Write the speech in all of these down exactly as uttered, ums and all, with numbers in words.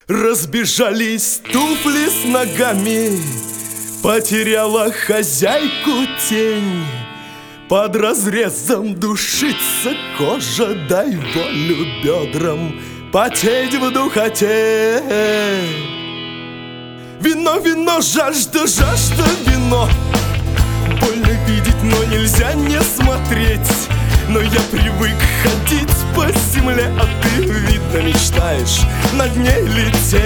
Разбежались туфли с ногами, потеряла хозяйку тень. Под разрезом душится кожа, дай волю бедрам потеть в духоте. Вино, вино, жажда, жажда, вино. Больно видеть, но нельзя не смотреть. Но я привык ходить по земле, а ты, видно, мечтаешь над ней лететь.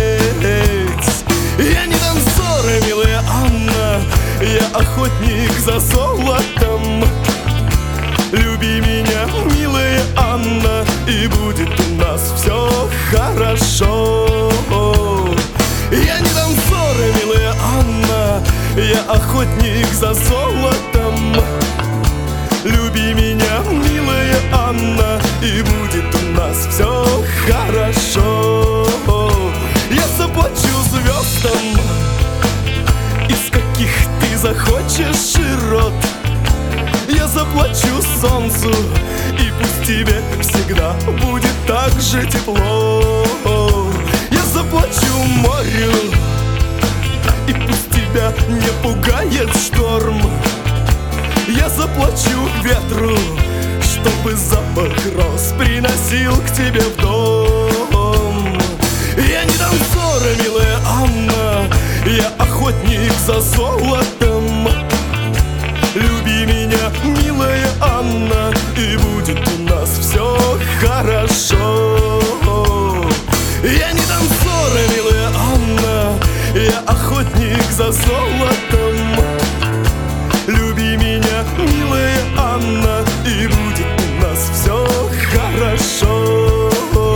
Я не танцор, милая Анна, я охотник за золотом. Люби меня, милая Анна, и будет у нас все хорошо. Я не танцор, милая Анна, я охотник за золотом. Люби меня, милая Анна, и будет у нас все хорошо. Я заплачу звездам, из каких ты захочешь широт. Я заплачу солнцу, и пусть тебе всегда будет так же тепло. Я заплачу морю, и пусть тебя не пугает шторм. Я заплачу ветру, чтобы запах роз приносил к тебе в дом. Я не танцор, милая Анна, я охотник за золотом. Люби меня, милая Анна, и будет у нас все хорошо. Я не танцор, милая Анна, я охотник за золотом. Люби меня, милая Анна, и будет у нас все хорошо.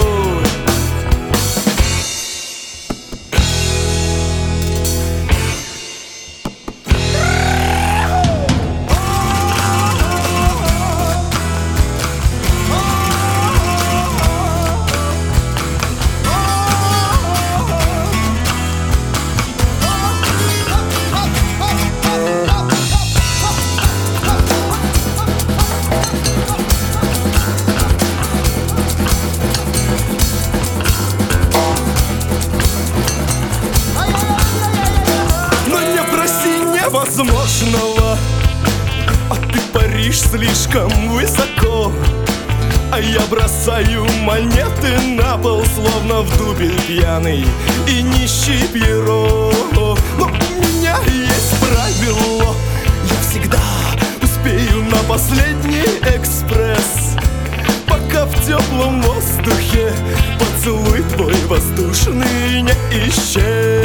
Возможного, а ты паришь слишком высоко, а я бросаю монеты на пол, словно в дубель пьяный и нищий Пьеро. Но у меня есть правило, я всегда успею на последний экспресс. Пока в теплом воздухе поцелуй твой воздушный не исчез.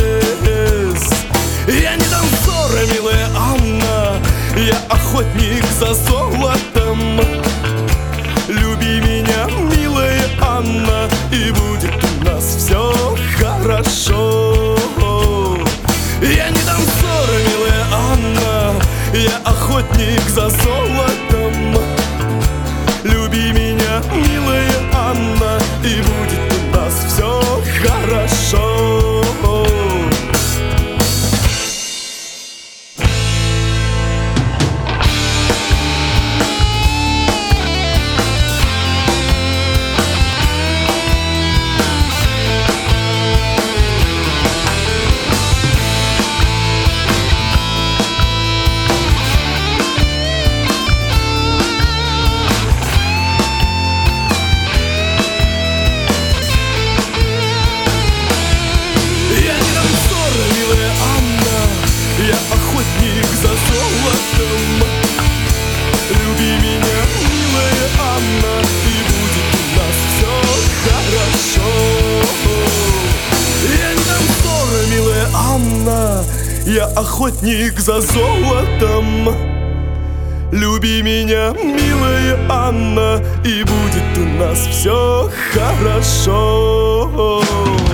Я не танцор, милая Анна, я охотник за золотом. Люби меня, милая Анна, и будет у нас все хорошо. Я не танцор, милая Анна, я охотник за золотом. Люби меня, милая Анна, и будет у нас все хорошо. Люби меня, милая Анна, и будет у нас все хорошо. Я не танцор, милая Анна, я охотник за золотом. Люби меня, милая Анна, и будет у нас все хорошо.